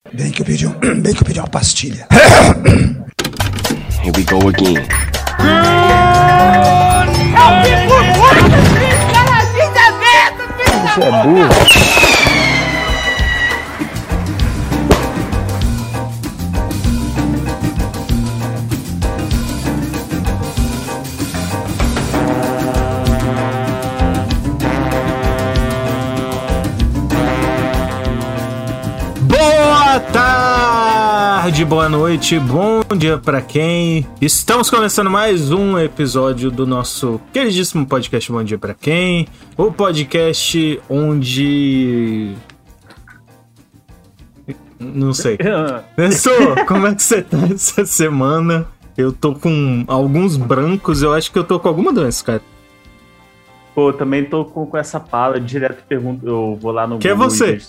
Bem que eu pedi uma pastilha. Here we go again. Você é burro. Boa tarde, boa noite, bom dia pra quem. Estamos começando mais um episódio do nosso queridíssimo podcast Bom Dia Pra Quem. O podcast onde... Não sei. Nestor, como é que você tá essa semana? Eu tô com alguns brancos, eu acho que eu tô com alguma doença, cara. Pô, também tô com essa pala, direto pergunto, eu vou lá no Google. Que é você?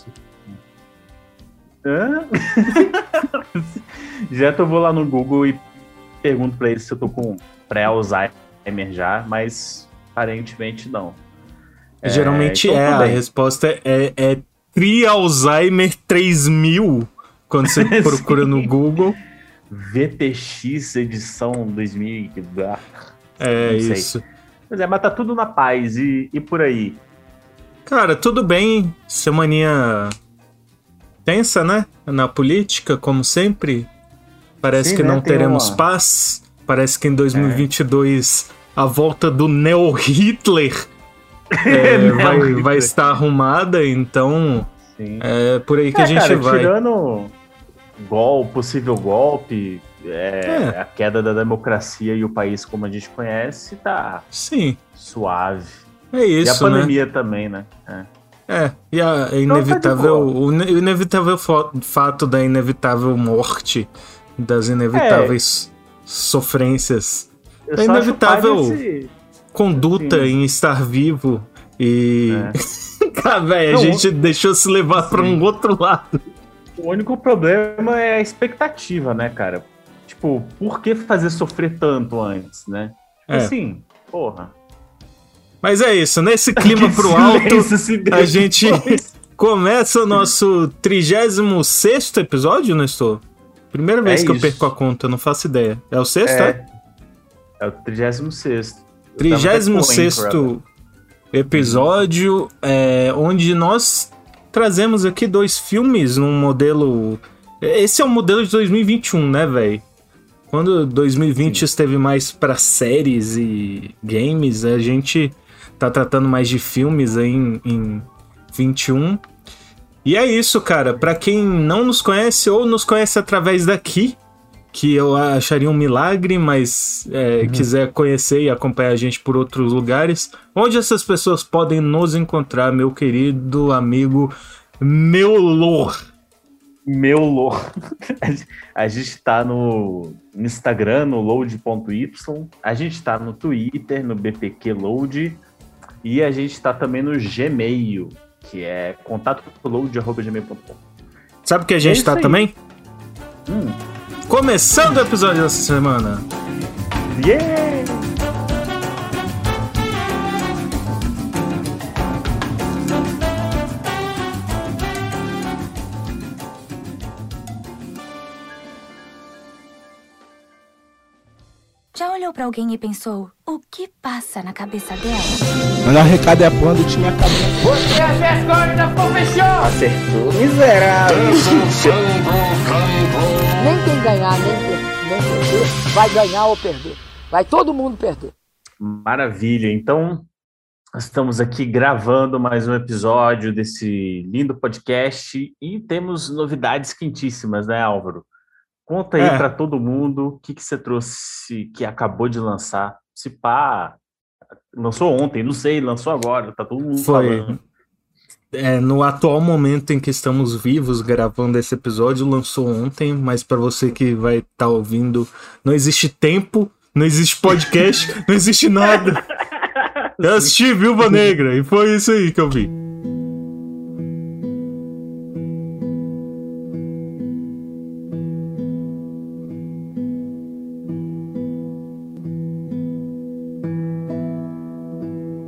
Direto eu vou lá no Google e pergunto pra ele se eu tô com pré-Alzheimer já, mas aparentemente não. Geralmente então, a resposta é Tri-Alzheimer 3000 quando você procura no Google. VTX edição 2000. É isso. Mas tá tudo na paz e por aí. Cara, tudo bem. Semaninha tensa, né? Na política, como sempre. Parece que não teremos paz. Parece que em 2022 a volta do Neo-Hitler vai estar arrumada. Então, é por aí que a gente vai. Tirando possível golpe, a queda da democracia e o país como a gente conhece, tá suave. É isso, e a pandemia também, né? E a inevitável, o inevitável fato da inevitável morte, das inevitáveis sofrências, da inevitável conduta em estar vivo e... Cara, velho, a gente deixou se levar pra um outro lado. O único problema é a expectativa, né, cara? Tipo, por que fazer sofrer tanto antes, né? Assim, porra... Mas é isso, nesse clima pro alto, a gente começa o nosso 36º episódio, Nestor? Primeira vez que eu perco a conta, não faço ideia. É o sexto, é? É o 36º. 36º episódio, onde nós trazemos aqui 2 filmes num modelo... Esse é o modelo de 2021, né, velho? Quando 2020 esteve mais pra séries e games, a gente tá tratando mais de filmes aí em 21. E é isso, cara. Pra quem não nos conhece ou nos conhece através daqui, que eu acharia um milagre, mas quiser conhecer e acompanhar a gente por outros lugares, onde essas pessoas podem nos encontrar, meu querido amigo Meulor? A gente tá no Instagram, no load.y, a gente tá no Twitter, no bpqload, e a gente tá também no Gmail, que é contato.load@gmail.com. Sabe que a gente tá também? Começando o episódio dessa semana. Yeah! Já olhou pra alguém e pensou, o que passa na cabeça dela? O melhor recado é quando o time acabou. Você é vergonha da profissão! Acertou, miserável! Nem quem ganhar, nem perder, vai ganhar ou perder. Vai todo mundo perder. Maravilha, então estamos aqui gravando mais um episódio desse lindo podcast e temos novidades quentíssimas, né, Álvaro? Conta aí pra todo mundo o que você trouxe, que acabou de lançar. Se pá, lançou ontem, não sei, lançou agora, tá todo mundo falando. No atual momento em que estamos vivos gravando esse episódio, lançou ontem, mas pra você que vai estar ouvindo, não existe tempo, não existe podcast, não existe nada. Eu assisti Viúva Negra e foi isso aí que eu vi.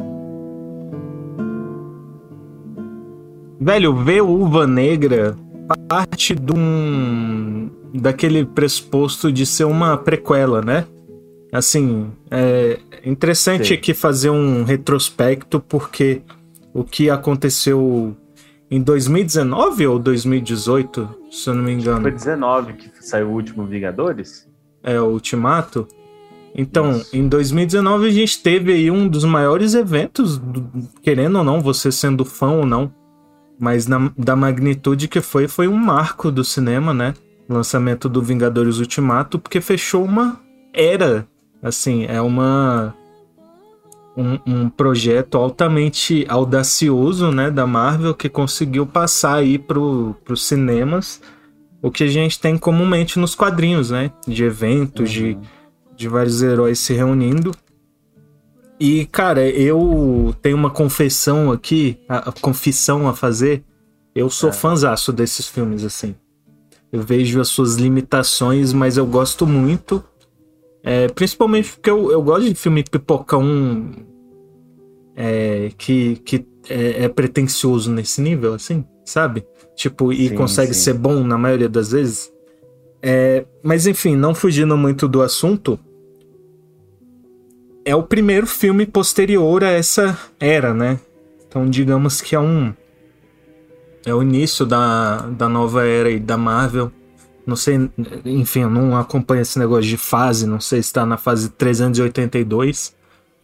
Velho, Viúva Negra parte daquele pressuposto de ser uma prequela, né? Assim, é interessante aqui fazer um retrospecto, porque o que aconteceu em 2019 ou 2018, se eu não me engano. Foi 19 que saiu o último Vingadores? É, o Ultimato. Então, em 2019 a gente teve aí um dos maiores eventos, querendo ou não, você sendo fã ou não, mas da magnitude que foi um marco do cinema, né? O lançamento do Vingadores Ultimato, porque fechou uma era. Assim, é um projeto altamente audacioso, né, da Marvel, que conseguiu passar aí pros cinemas o que a gente tem comumente nos quadrinhos, né? De eventos, de vários heróis se reunindo. E, cara, eu tenho uma confissão aqui, a confissão a fazer. Eu sou fãzaço desses filmes, assim. Eu vejo as suas limitações, mas eu gosto muito. Principalmente porque eu gosto de filme pipocão que é pretencioso nesse nível, assim, sabe? Tipo, e consegue ser bom na maioria das vezes. Mas enfim, não fugindo muito do assunto, é o primeiro filme posterior a essa era, né? Então digamos que é o início da nova era aí da Marvel. Não sei, enfim, eu não acompanho esse negócio de fase, não sei se está na fase 382,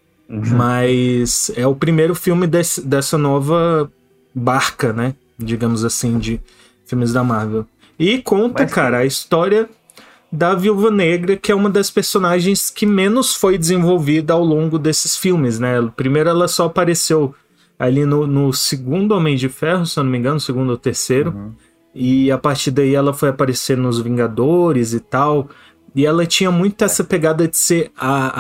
mas é o primeiro filme dessa nova barca, né? Digamos assim, de filmes da Marvel. E conta, cara, a história da Viúva Negra, que é uma das personagens que menos foi desenvolvida ao longo desses filmes, né? Primeiro ela só apareceu ali no segundo Homem de Ferro, se eu não me engano, segundo ou terceiro. E a partir daí ela foi aparecer nos Vingadores e tal. E ela tinha muito essa pegada de ser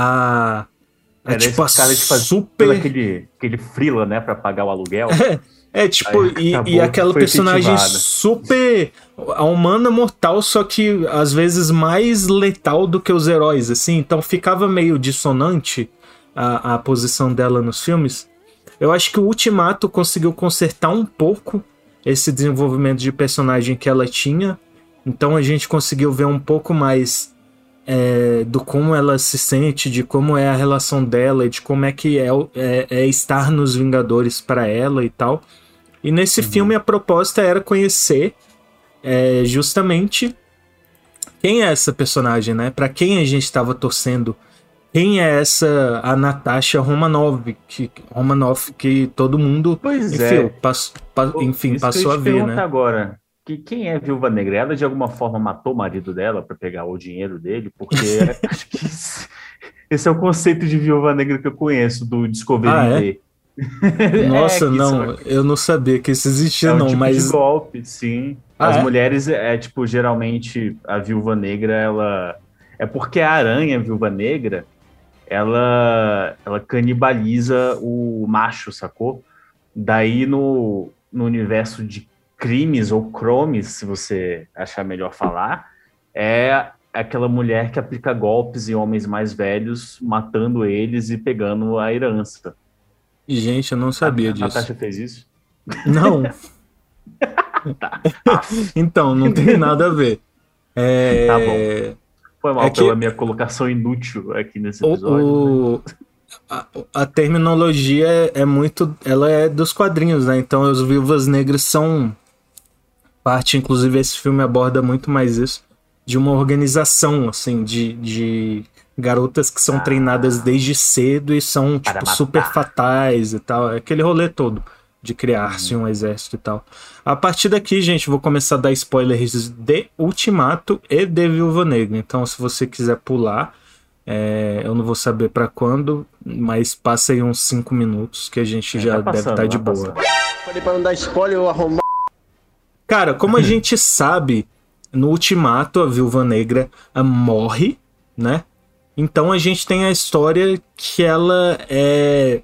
tipo, a cara de fazer super... aquele frila, né? Pra pagar o aluguel. Tipo, e aquela personagem super... A humana mortal, só que às vezes mais letal do que os heróis, assim. Então ficava meio dissonante a posição dela nos filmes. Eu acho que o Ultimato conseguiu consertar um pouco esse desenvolvimento de personagem que ela tinha. Então a gente conseguiu ver um pouco mais do como ela se sente, de como é a relação dela e de como é que é estar nos Vingadores para ela e tal. E nesse filme a proposta era conhecer justamente quem é essa personagem, né? Para quem a gente estava torcendo. Quem é a Natasha Romanoff, que todo mundo passou a ver, né? Agora, quem é a Viúva Negra? Ela de alguma forma matou o marido dela para pegar o dinheiro dele? Porque acho que esse é o conceito de Viúva Negra que eu conheço, do Discovery D. Nossa, não, eu não sabia que isso existia, não, tipo mas... de golpe, sim. As mulheres, tipo, geralmente a Viúva Negra, ela... É porque a aranha, a Viúva Negra, ela canibaliza o macho, sacou? Daí no universo de crimes ou cromes, se você achar melhor falar, é aquela mulher que aplica golpes em homens mais velhos, matando eles e pegando a herança. Gente, eu não sabia disso. A Natasha fez isso? Não. Tá. Então, não tem nada a ver. Tá bom. Foi mal pela minha colocação inútil aqui nesse episódio. A terminologia ela é dos quadrinhos, né? Então as Viúvas Negras são parte, inclusive esse filme aborda muito mais isso, de uma organização, assim, de garotas que são treinadas desde cedo e são, tipo, super fatais e tal. Aquele rolê todo de criar-se um exército e tal. A partir daqui, gente, vou começar a dar spoilers de Ultimato e de Viúva Negra. Então, se você quiser pular, eu não vou saber pra quando, mas passa aí uns 5 minutos que a gente já deve estar de boa. Falei pra não dar spoiler, eu arrumar. Cara, como a gente sabe, no Ultimato a Viúva Negra morre, né? Então a gente tem a história que ela é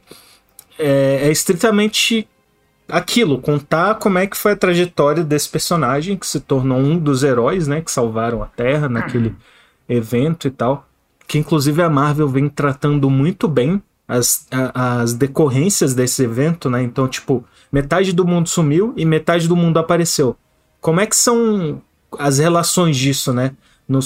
estritamente aquilo, contar como é que foi a trajetória desse personagem que se tornou um dos heróis, né, que salvaram a Terra naquele evento e tal, que inclusive a Marvel vem tratando muito bem as decorrências desse evento, né, então tipo, metade do mundo sumiu e metade do mundo apareceu. como é que são as relações disso, né? No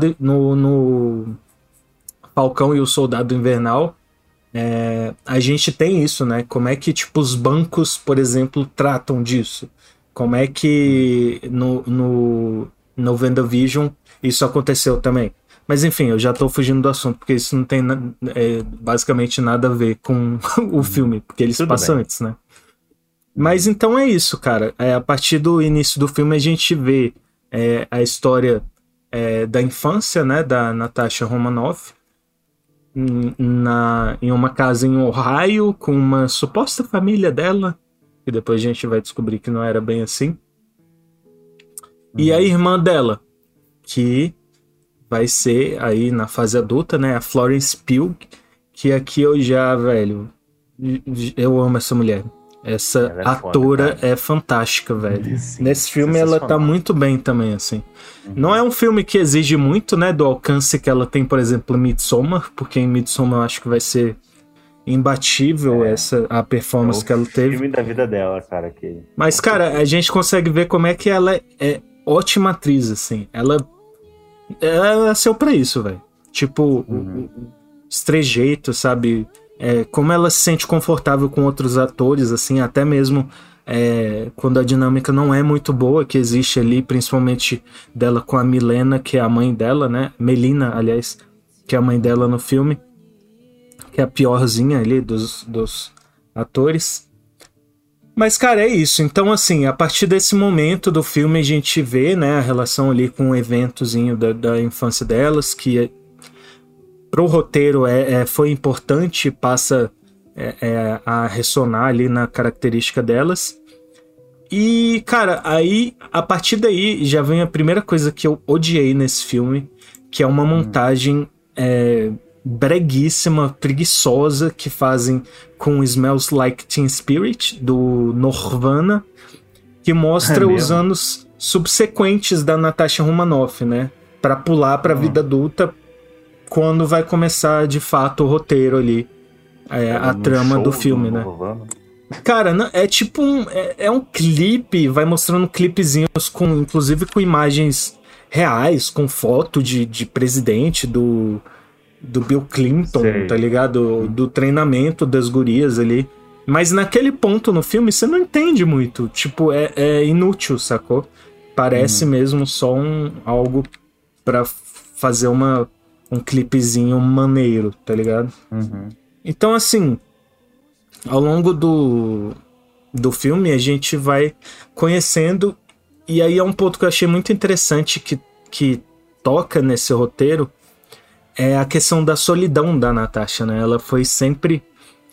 Falcão e o Soldado Invernal, a gente tem isso, né? Como é que, tipo, os bancos, por exemplo, tratam disso? Como é que no WandaVision isso aconteceu também? Mas enfim, eu já tô fugindo do assunto, porque isso não tem basicamente nada a ver com o filme, porque eles passam antes, né? Mas então é isso, cara. A partir do início do filme a gente vê a história da infância, né, da Natasha Romanoff, em uma casa em Ohio, com uma suposta família dela, que depois a gente vai descobrir que não era bem assim. E a irmã dela, que vai ser aí na fase adulta, né, a Florence Pugh, que aqui eu já, velho, eu amo essa mulher. Essa atora é fantástica, velho. Sim, nesse filme ela tá muito bem também, assim. Não é um filme que exige muito, né, do alcance que ela tem, por exemplo, em Midsommar, porque em Midsommar eu acho que vai ser imbatível a performance que ela teve. É o filme da vida dela, cara. Mas, cara, a gente consegue ver como é que ela é ótima atriz, assim. Ela nasceu pra isso, velho. Tipo, os trejeitos, sabe? Como ela se sente confortável com outros atores, assim, até mesmo quando a dinâmica não é muito boa, que existe ali, principalmente dela com a Milena, que é a mãe dela, né? Melina, aliás, que é a mãe dela no filme, que é a piorzinha ali dos atores. Mas, cara, é isso. Então, assim, a partir desse momento do filme a gente vê, né, a relação ali com o eventozinho da infância delas, que pro roteiro foi importante, passa a ressonar ali na característica delas. E, cara, aí, a partir daí, já vem a primeira coisa que eu odiei nesse filme, que é uma montagem breguíssima, preguiçosa, que fazem com Smells Like Teen Spirit, do Nirvana, que mostra os anos subsequentes da Natasha Romanoff, né? Pra pular pra vida adulta, quando vai começar de fato o roteiro ali, a trama do filme, né? Cara, é tipo um clipe, vai mostrando clipezinhos inclusive com imagens reais, com foto de presidente do Bill Clinton, tá ligado? Do treinamento das gurias ali. Mas naquele ponto no filme você não entende muito, tipo, é inútil, sacou? Parece mesmo só algo pra fazer um clipezinho maneiro, tá ligado? Então, assim, ao longo do filme a gente vai conhecendo, e aí é um ponto que eu achei muito interessante que toca nesse roteiro, é a questão da solidão da Natasha, né? Ela foi sempre,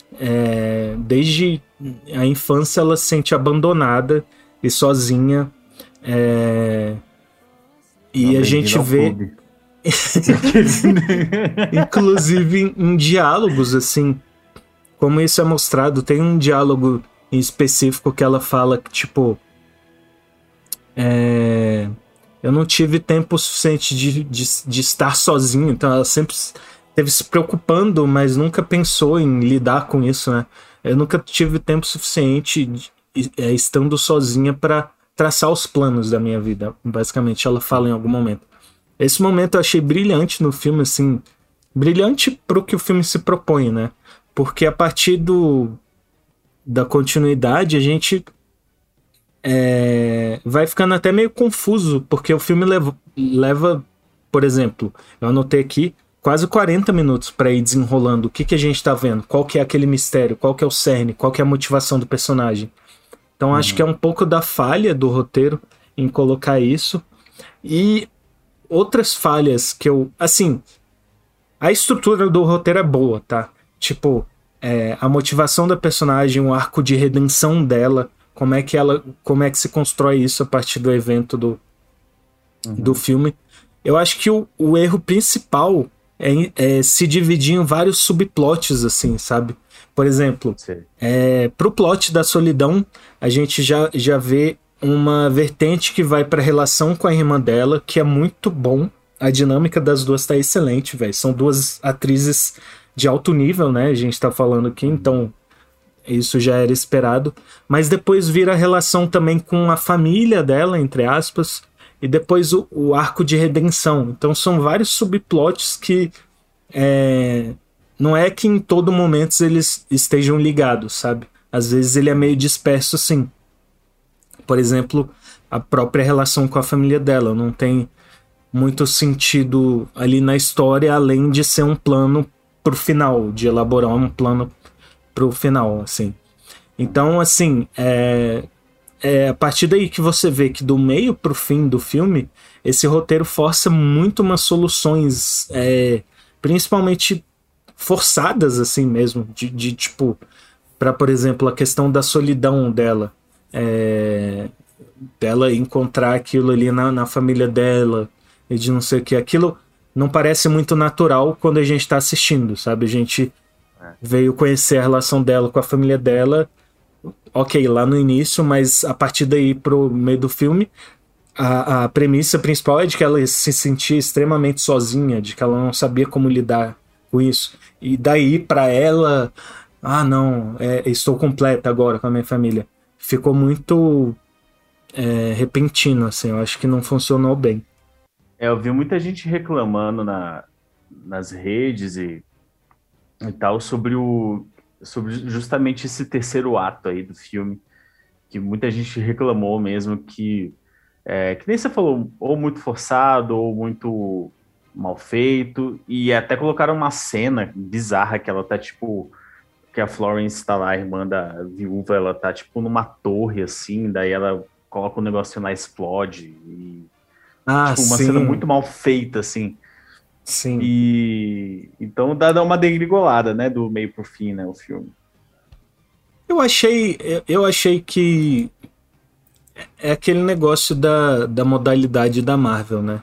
desde a infância, ela se sente abandonada e sozinha, e a gente vê... inclusive em diálogos, assim, como isso é mostrado. Tem um diálogo em específico que ela fala que, tipo, eu não tive tempo suficiente de estar sozinha, então ela sempre esteve se preocupando, mas nunca pensou em lidar com isso, né? Eu nunca tive tempo suficiente estando sozinha para traçar os planos da minha vida, basicamente ela fala em algum momento. Esse momento eu achei brilhante no filme, assim, brilhante pro que o filme se propõe, né? Porque a partir da continuidade a gente vai ficando até meio confuso, porque o filme leva, por exemplo, eu anotei aqui, quase 40 minutos para ir desenrolando o que a gente tá vendo, qual que é aquele mistério, qual que é o cerne, qual que é a motivação do personagem. Então acho que é um pouco da falha do roteiro em colocar isso. E outras falhas que assim, a estrutura do roteiro é boa, tá? Tipo, a motivação da personagem, o arco de redenção dela, como é que se constrói isso a partir do evento do filme. Eu acho que o erro principal é se dividir em vários subplots, assim, sabe? Por exemplo, pro plot da solidão, a gente já vê uma vertente que vai pra relação com a irmã dela, que é muito bom. A dinâmica das duas tá excelente, velho. São duas atrizes de alto nível, né? A gente tá falando aqui, então isso já era esperado, mas depois vira a relação também com a família dela, entre aspas, e depois o arco de redenção. Então são vários subplots que não é que em todo momento eles estejam ligados, sabe? Às vezes ele é meio disperso, sim. Por exemplo, a própria relação com a família dela não tem muito sentido ali na história, além de ser um plano pro final, de elaborar um plano pro final, assim. Então, assim, a partir daí que você vê que do meio pro fim do filme, esse roteiro força muito umas soluções, principalmente forçadas, assim mesmo, de tipo, para, por exemplo, a questão da solidão dela, dela encontrar aquilo ali na família dela, e de não sei o que, aquilo não parece muito natural quando a gente tá assistindo, sabe? A gente veio conhecer a relação dela com a família dela, ok, lá no início, mas a partir daí pro meio do filme, a premissa principal é de que ela se sentia extremamente sozinha, de que ela não sabia como lidar com isso. E daí pra ela, não, estou completa agora com a minha família. Ficou muito repentino, assim, eu acho que não funcionou bem. Eu vi muita gente reclamando nas redes e tal sobre justamente esse terceiro ato aí do filme, que muita gente reclamou mesmo que nem você falou, ou muito forçado, ou muito mal feito, e até colocaram uma cena bizarra que ela tá tipo, que a Florence tá lá, a irmã da viúva, ela tá tipo numa torre assim, daí ela coloca um negocinho lá, explode, e tipo, uma cena muito mal feita assim. Sim. E então dá uma degringolada, né, do meio pro fim, né, o filme. Eu achei que é aquele negócio da modalidade da Marvel, né?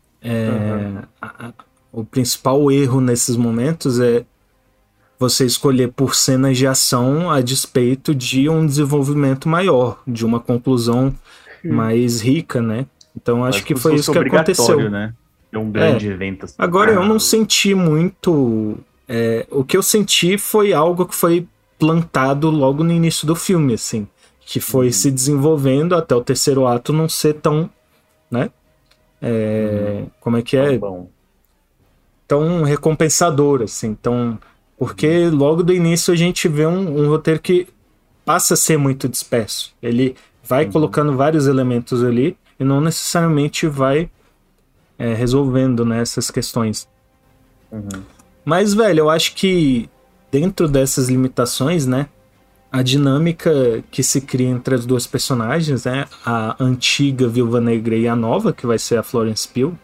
O principal erro nesses momentos é você escolher por cenas de ação a despeito de um desenvolvimento maior, de uma conclusão mais rica, né? Então acho que foi isso que aconteceu. Né? É um grande evento. Assim. Agora eu não senti muito... o que eu senti foi algo que foi plantado logo no início do filme, assim. Que foi se desenvolvendo até o terceiro ato não ser tão... né? Como é que é? Tão recompensador, assim. Então, porque logo do início a gente vê um roteiro que passa a ser muito disperso. Ele vai colocando vários elementos ali e não necessariamente vai resolvendo, né, essas questões. Mas, velho, eu acho que dentro dessas limitações, né, a dinâmica que se cria entre as duas personagens, né, a antiga Viúva Negra e a nova, que vai ser a Florence Pugh,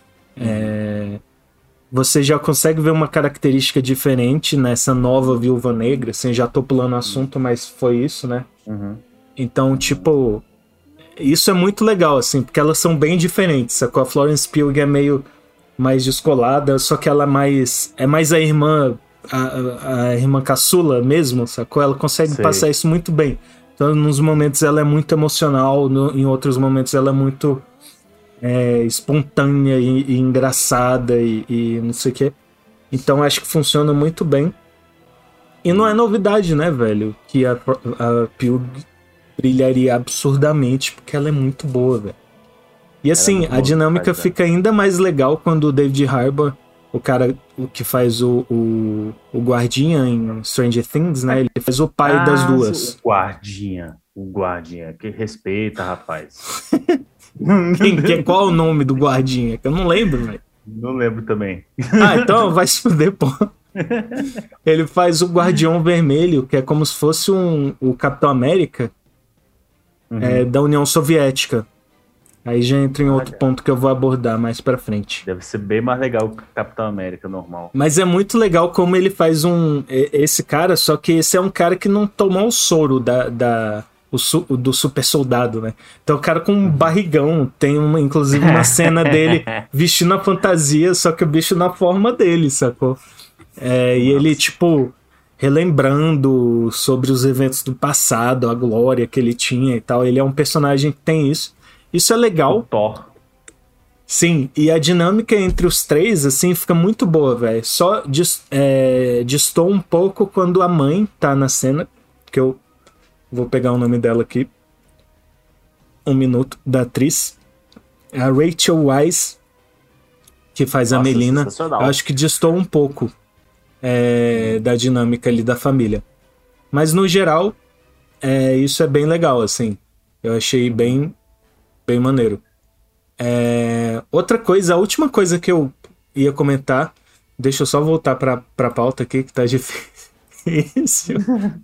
você já consegue ver uma característica diferente nessa nova Viúva Negra, assim, já tô pulando o assunto, mas foi isso, né? Então, tipo, isso é muito legal, assim, porque elas são bem diferentes, sacou? A Florence Pugh é meio mais descolada, só que ela é mais a irmã, a irmã caçula mesmo, sacou? Ela consegue passar isso muito bem. Então, nos momentos ela é muito emocional, em outros momentos ela é muito espontânea e engraçada e não sei o que. Então, acho que funciona muito bem. E não é novidade, né, velho? Que a Pugh brilharia absurdamente, porque ela é muito boa, velho. E assim, a dinâmica fica ainda mais legal quando o David Harbour, o cara que faz o guardinha em Stranger Things, né? Ele faz o pai das duas. O guardinha, que respeita, rapaz. Qual é o nome do guardinha? Que eu não lembro, velho. Não lembro também. Então vai se fuder, pô. Ele faz o Guardião Vermelho, que é como se fosse o Capitão América da União Soviética. Aí já entra em outro ponto que eu vou abordar mais pra frente. Deve ser bem mais legal que o Capitão América normal. Mas é muito legal como ele faz esse cara, só que esse é um cara que não tomou o soro do super soldado, né? Então o cara com um barrigão, tem inclusive uma cena dele vestindo a fantasia, só que o bicho na forma dele, sacou? E ele, tipo, relembrando sobre os eventos do passado, a glória que ele tinha e tal. Ele é um personagem que tem isso. Isso é legal. O Thor. Sim, e a dinâmica entre os três, assim, fica muito boa, velho. Só distou um pouco quando a mãe tá na cena, porque eu vou pegar o nome dela aqui. Um minuto, da atriz. É a Rachel Weisz, que faz a Melina. Eu acho que destoa um pouco da dinâmica ali da família. Mas no geral, isso é bem legal, assim. Eu achei bem maneiro. Outra coisa, a última coisa que eu ia comentar, deixa eu só voltar pra pauta aqui, que tá difícil.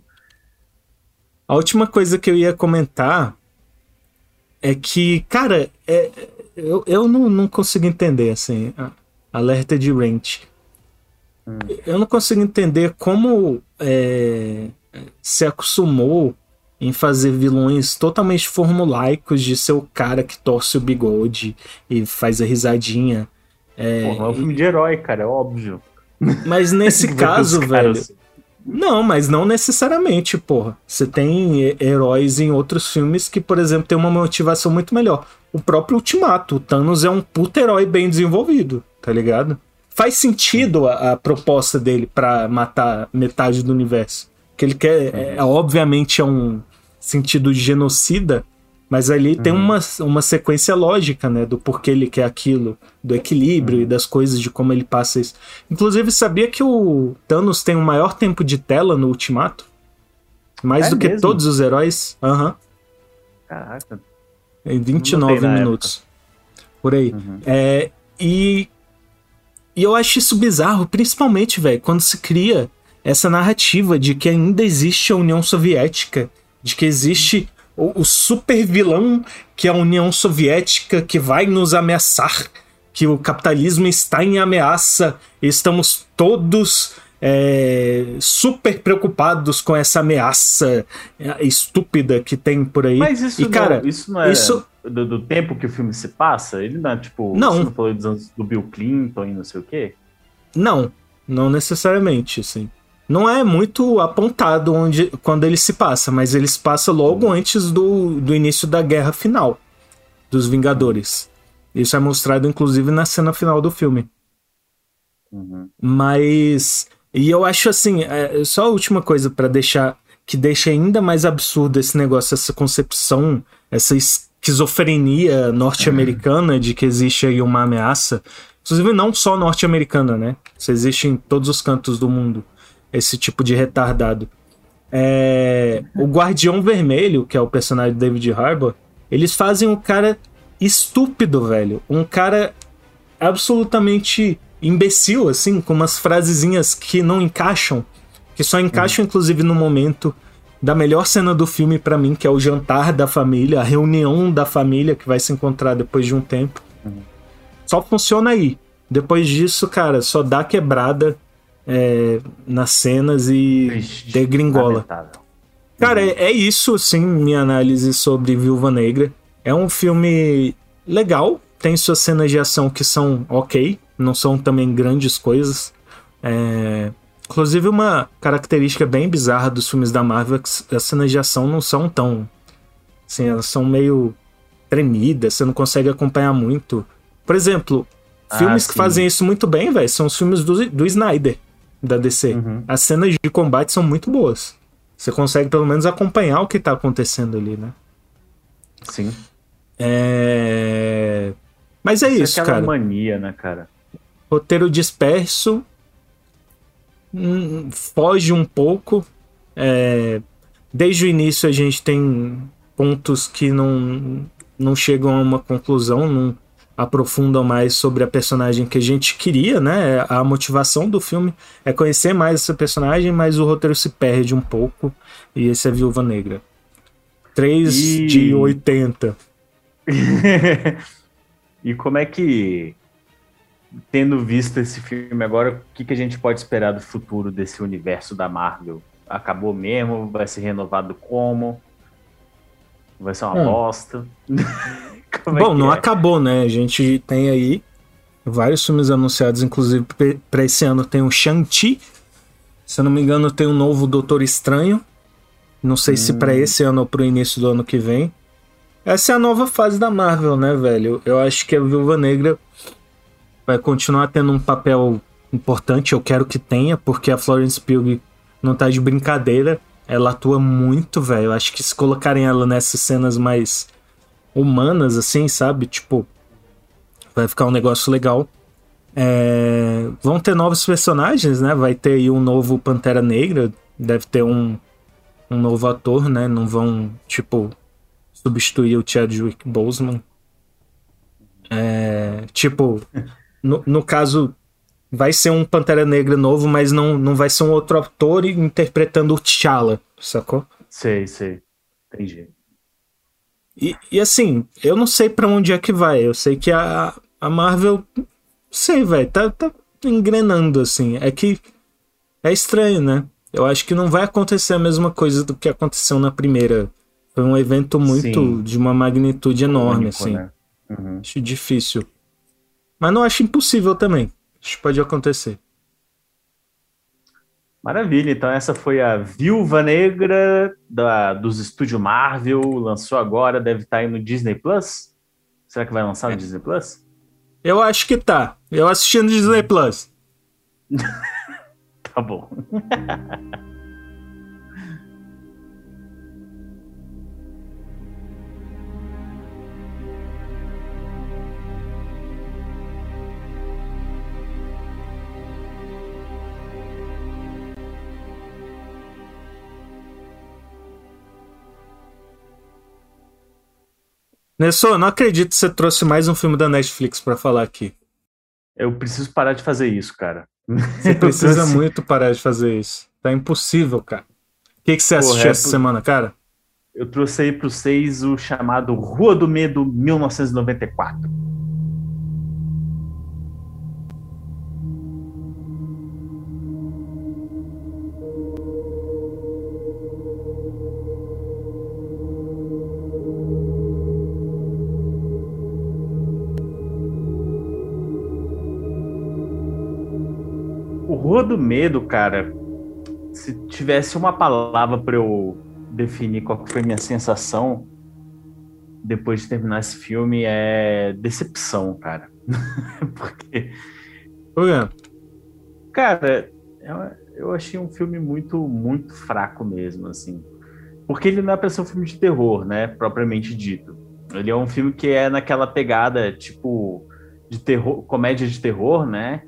A última coisa que eu ia comentar é que, cara, eu não consigo entender, assim, alerta de Ranch. Eu não consigo entender como se acostumou em fazer vilões totalmente formulaicos de ser o cara que torce o bigode e faz a risadinha. Porra, é um filme de herói, cara, é óbvio. Mas nesse caso, velho... Assim. Não, mas não necessariamente, porra. Você tem heróis em outros filmes que, por exemplo, tem uma motivação muito melhor. O próprio Ultimato, o Thanos é um puta herói bem desenvolvido, tá ligado? Faz sentido a proposta dele pra matar metade do universo. Que ele quer, obviamente, é um sentido de genocida, mas ali tem uma sequência lógica, né, do porquê ele quer aquilo, do equilíbrio e das coisas, de como ele passa isso. Inclusive, sabia que o Thanos tem o maior tempo de tela no Ultimato? Mais do que todos os heróis? Caraca. Em 29 minutos. Por aí. E eu acho isso bizarro, principalmente, velho, quando se cria essa narrativa de que ainda existe a União Soviética, de que existe o super vilão que é a União Soviética, que vai nos ameaçar, que o capitalismo está em ameaça, e estamos todos super preocupados com essa ameaça estúpida que tem por aí. Mas isso, cara, isso não é do tempo que o filme se passa? Ele não é tipo... Não. Você não falou dos anos do Bill Clinton e não sei o quê? Não necessariamente, assim. Não é muito apontado quando ele se passa, mas ele se passa logo antes do início da guerra final dos Vingadores. Isso é mostrado, inclusive, na cena final do filme. Mas... E eu acho assim, só a última coisa pra deixar... Que deixa ainda mais absurdo esse negócio, essa concepção, essa esquizofrenia norte-americana de que existe aí uma ameaça. Inclusive, não só norte-americana, né? Isso existe em todos os cantos do mundo. Esse tipo de retardado. O Guardião Vermelho, que é o personagem do David Harbour, eles fazem um cara estúpido, velho. Um cara absolutamente imbecil, assim, com umas frasezinhas que não encaixam, que só encaixam, inclusive, no momento da melhor cena do filme pra mim, que é o jantar da família, a reunião da família que vai se encontrar depois de um tempo. Só funciona aí. Depois disso, cara, só dá quebrada nas cenas e degringola. Cara, é isso, assim, minha análise sobre Viúva Negra. É um filme legal, tem suas cenas de ação que são ok, não são também grandes coisas. Inclusive, uma característica bem bizarra dos filmes da Marvel é que as cenas de ação não são tão... Assim, elas são meio tremidas, você não consegue acompanhar muito. Por exemplo, filmes que fazem isso muito bem, velho, são os filmes do Snyder, da DC. As cenas de combate são muito boas. Você consegue pelo menos acompanhar o que tá acontecendo ali, né? Sim. Mas é isso, cara. Mania, né, cara? Roteiro disperso, foge um pouco. Desde o início a gente tem pontos que não chegam a uma conclusão, não aprofundam mais sobre a personagem que a gente queria, né? A motivação do filme é conhecer mais essa personagem, mas o roteiro se perde um pouco, e esse é Viúva Negra. 3 de 80. E como é que, tendo visto esse filme agora, o que a gente pode esperar do futuro desse universo da Marvel? Acabou mesmo? Vai ser renovado como? Vai ser uma bosta? Bom, não acabou, né? A gente tem aí vários filmes anunciados, inclusive pra esse ano tem o Shang-Chi. Se eu não me engano, tem um novo Doutor Estranho. Não sei se pra esse ano ou pro início do ano que vem. Essa é a nova fase da Marvel, né, velho? Eu acho que a Viúva Negra vai continuar tendo um papel importante. Eu quero que tenha, porque a Florence Pugh não tá de brincadeira. Ela atua muito, velho. Eu acho que se colocarem ela nessas cenas mais humanas, assim, sabe? Tipo, vai ficar um negócio legal. Vão ter novos personagens, né? Vai ter aí um novo Pantera Negra. Deve ter um novo ator, né? Não vão, tipo, substituir o Chadwick Boseman. Tipo, no caso, vai ser um Pantera Negra novo, mas não vai ser um outro ator interpretando o T'Challa, sacou? Sei. Entendi. E assim, eu não sei pra onde é que vai. Eu sei que a Marvel, sei, velho, tá engrenando, assim. É que é estranho, né? Eu acho que não vai acontecer a mesma coisa do que aconteceu na primeira. Foi um evento muito de uma magnitude enorme, único, assim. Né? Uhum. Acho difícil. Mas não acho impossível também. Acho que pode acontecer. Maravilha, então essa foi a Viúva Negra dos estúdios Marvel, lançou agora, deve estar aí no Disney Plus? Será que vai lançar no Disney Plus? Eu acho que tá. Eu assisti no Disney Plus. Tá bom. Nessô, não acredito que você trouxe mais um filme da Netflix pra falar aqui. Eu preciso parar de fazer isso, cara. Você precisa muito parar de fazer isso. Tá impossível, cara. O que você assistiu essa semana, cara? Eu trouxe aí pro 6 o chamado Rua do Medo 1994. O Rua do Medo, cara, se tivesse uma palavra para eu definir qual foi a minha sensação depois de terminar esse filme, é decepção, cara. Porque... Cara, eu achei um filme muito, muito fraco mesmo, assim. Porque ele não é pra ser um filme de terror, né, propriamente dito. Ele é um filme que é naquela pegada, tipo, de terror, comédia de terror, né,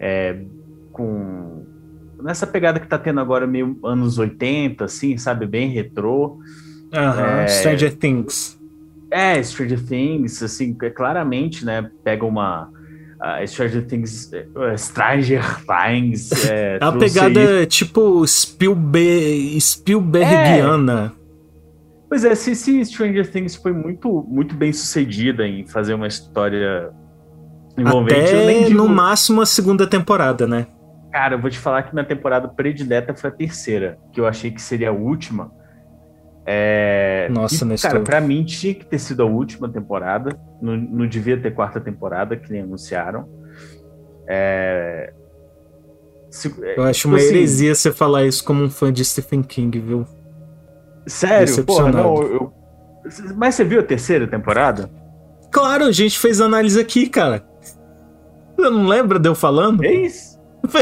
nessa pegada que tá tendo agora meio anos 80, assim, sabe? Bem retrô. Stranger Things. Stranger Things, assim, claramente, né? Pega uma... Stranger Things... Stranger Things... a pegada, tipo, Spielbergiana. Pois é, se Stranger Things foi muito, muito bem sucedida em fazer uma história envolvente... Até eu nem digo... no máximo a segunda temporada, né? Cara, eu vou te falar que minha temporada predileta foi a terceira, que eu achei que seria a última. Nossa, cara, pra mim tinha que ter sido a última temporada. Não devia ter quarta temporada, que nem anunciaram. Eu acho uma heresia você falar isso como um fã de Stephen King, viu? Sério? Porra, não, Mas você viu a terceira temporada? Claro, a gente fez análise aqui, cara. Você não lembra de eu falando? Fez?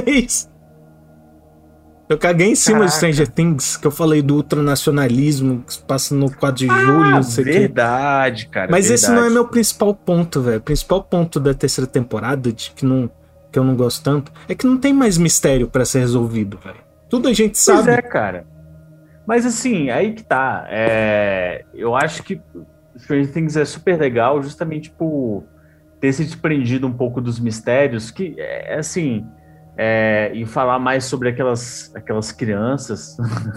Eu caguei em cima de Stranger Things, que eu falei do ultranacionalismo, que se passa no 4 de julho, não sei o quê. Verdade, cara. Mas esse não é meu principal ponto, velho. O principal ponto da terceira temporada, que eu não gosto tanto, é que não tem mais mistério pra ser resolvido, velho. Tudo a gente sabe. Pois é, cara. Mas assim, aí que tá. Eu acho que Stranger Things é super legal justamente por ter se desprendido um pouco dos mistérios, que assim... e falar mais sobre aquelas crianças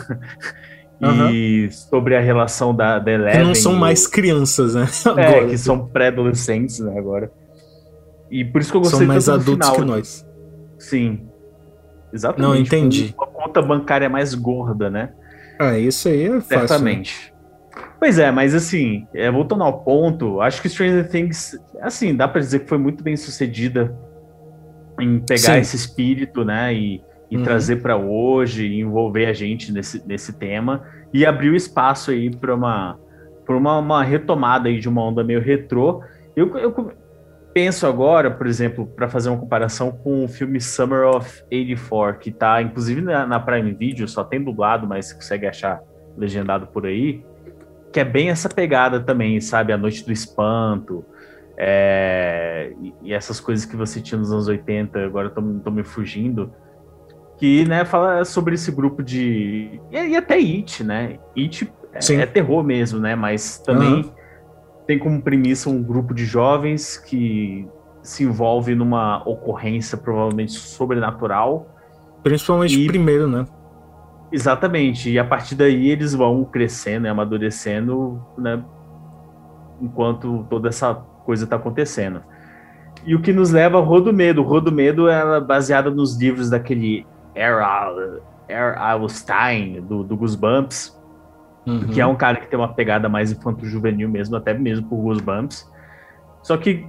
e sobre a relação da Eleven. Que não são mais crianças, né? Agora, que são pré-adolescentes, né, agora. E por isso que eu gostei são mais tanto do adultos final. Que nós. Sim. Exatamente. Não, entendi. Uma conta bancária mais gorda, né? Isso aí é fácil. Certamente. Pois é, mas assim, voltando ao ponto, acho que Stranger Things, assim, dá pra dizer que foi muito bem sucedida em pegar esse espírito, né, e trazer para hoje, e envolver a gente nesse tema, e abrir o espaço aí para uma retomada aí de uma onda meio retrô. penso agora, por exemplo, para fazer uma comparação com o filme Summer of 84, que tá inclusive na Prime Video, só tem dublado, mas você consegue achar legendado por aí, que é bem essa pegada também, sabe? A Noite do Espanto, e essas coisas que você tinha nos anos 80, agora tô me fugindo, que, né, fala sobre esse grupo de... E até It, né? It é terror mesmo, né? Mas também tem como premissa um grupo de jovens que se envolve numa ocorrência provavelmente sobrenatural. Principalmente o primeiro, né? Exatamente. E a partir daí eles vão crescendo e amadurecendo, né? Enquanto toda essa coisa está acontecendo. E o que nos leva ao Rodomedo. O Rodomedo é baseada nos livros daquele R.L. Stine, do Goosebumps, que é um cara que tem uma pegada mais infanto-juvenil mesmo, até mesmo por Goosebumps. Só que,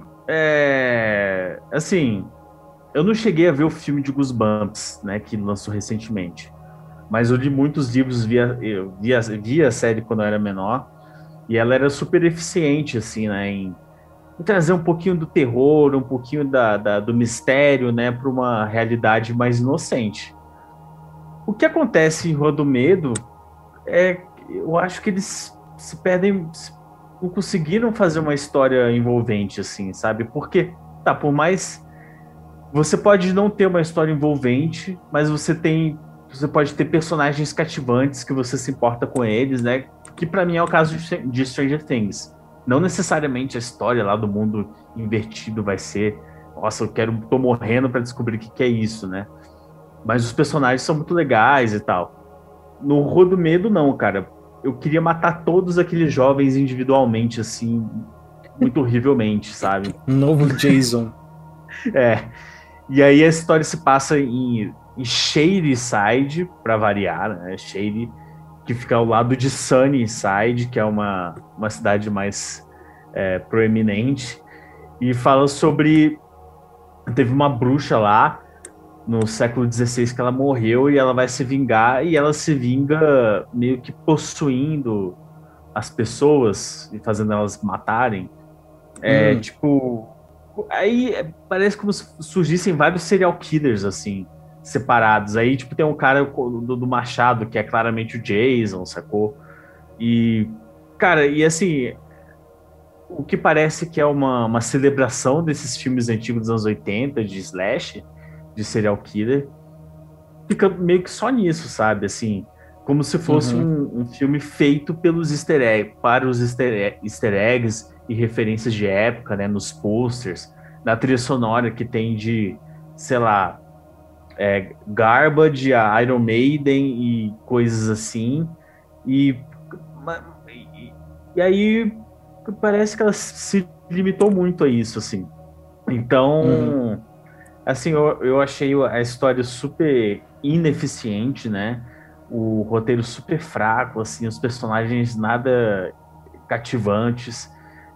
assim, eu não cheguei a ver o filme de Goosebumps, né, que lançou recentemente. Mas eu li muitos livros, via a série quando eu era menor, e ela era super eficiente, assim, né, em trazer um pouquinho do terror, um pouquinho do mistério, né, para uma realidade mais inocente. O que acontece em Rodomedo eu acho que eles se perdem, não conseguiram fazer uma história envolvente, assim, sabe? Porque, por mais... Você pode não ter uma história envolvente, mas você pode ter personagens cativantes que você se importa com eles, né? Que pra mim é o caso de Stranger Things. Não necessariamente a história lá do mundo invertido vai ser... Nossa, tô morrendo pra descobrir o que é isso, né? Mas os personagens são muito legais e tal. No Rodomedo, não, cara. Eu queria matar todos aqueles jovens individualmente, assim, muito horrivelmente, sabe? Novo Jason. E aí a história se passa em Shadyside, pra variar, né? Shady, que fica ao lado de Sunnyside, que é uma cidade mais proeminente. E fala sobre... Teve uma bruxa lá, no século XVI, que ela morreu e ela vai se vingar, e ela se vinga meio que possuindo as pessoas e fazendo elas matarem. Tipo... Aí parece como se surgissem vários serial killers, assim, separados. Aí, tipo, tem um cara do machado, que é claramente o Jason, sacou? E, cara, e assim... O que parece que é uma celebração desses filmes antigos dos anos 80, de slash, de serial killer, fica meio que só nisso, sabe? Assim, como se fosse um filme feito pelos para os easter eggs e referências de época, né? Nos posters, na trilha sonora que tem de, sei lá, Garbage, a Iron Maiden e coisas assim. E aí parece que ela se limitou muito a isso, assim. Então... Assim, eu achei a história super ineficiente, né? O roteiro super fraco, assim, os personagens nada cativantes.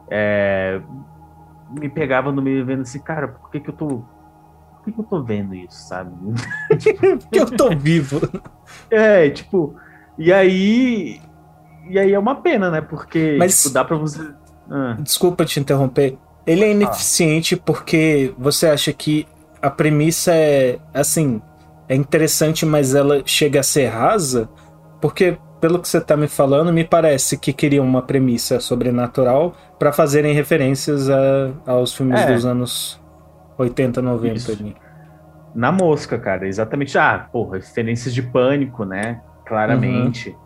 Me pegava no meio vendo assim, cara, por que eu tô vendo isso, sabe? Porque eu tô vivo. Tipo... E aí é uma pena, né? Porque tipo, dá pra você... Desculpa te interromper. Ele é ineficiente porque você acha que a premissa é interessante, mas ela chega a ser rasa, porque pelo que você tá me falando, me parece que queriam uma premissa sobrenatural para fazerem referências aos filmes dos anos 80, 90. Isso. Ali. Na mosca, cara, exatamente. Referências de Pânico, né? Claramente.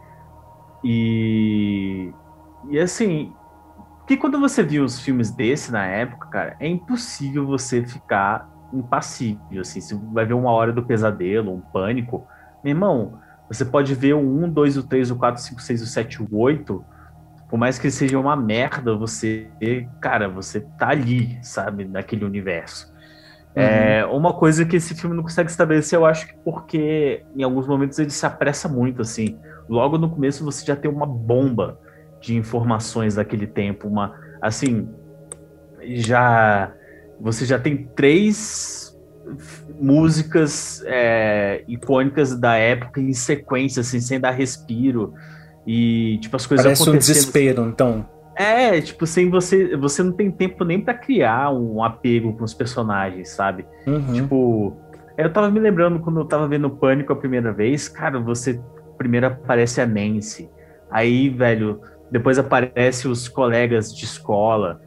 E assim, que quando você viu os filmes desse na época, cara, é impossível você ficar impassível, assim. Você vai ver Uma Hora do Pesadelo, um Pânico, meu irmão, você pode ver o 1, 2, o 3, o 4, o 5, o 6, o 7, o 8, por mais que seja uma merda, você tá ali, sabe, naquele universo. Uma coisa que esse filme não consegue estabelecer, eu acho que porque em alguns momentos ele se apressa muito, assim. Logo no começo você já tem uma bomba de informações daquele tempo, você já tem 3 músicas icônicas da época em sequência, assim, sem dar respiro, e tipo, as coisas parece acontecendo. Um desespero, então. Tipo, sem você não tem tempo nem pra criar um apego com os personagens, sabe? Tipo, eu tava me lembrando quando eu tava vendo Pânico a primeira vez, cara, primeiro aparece a Nancy, aí, velho, depois aparece os colegas de escola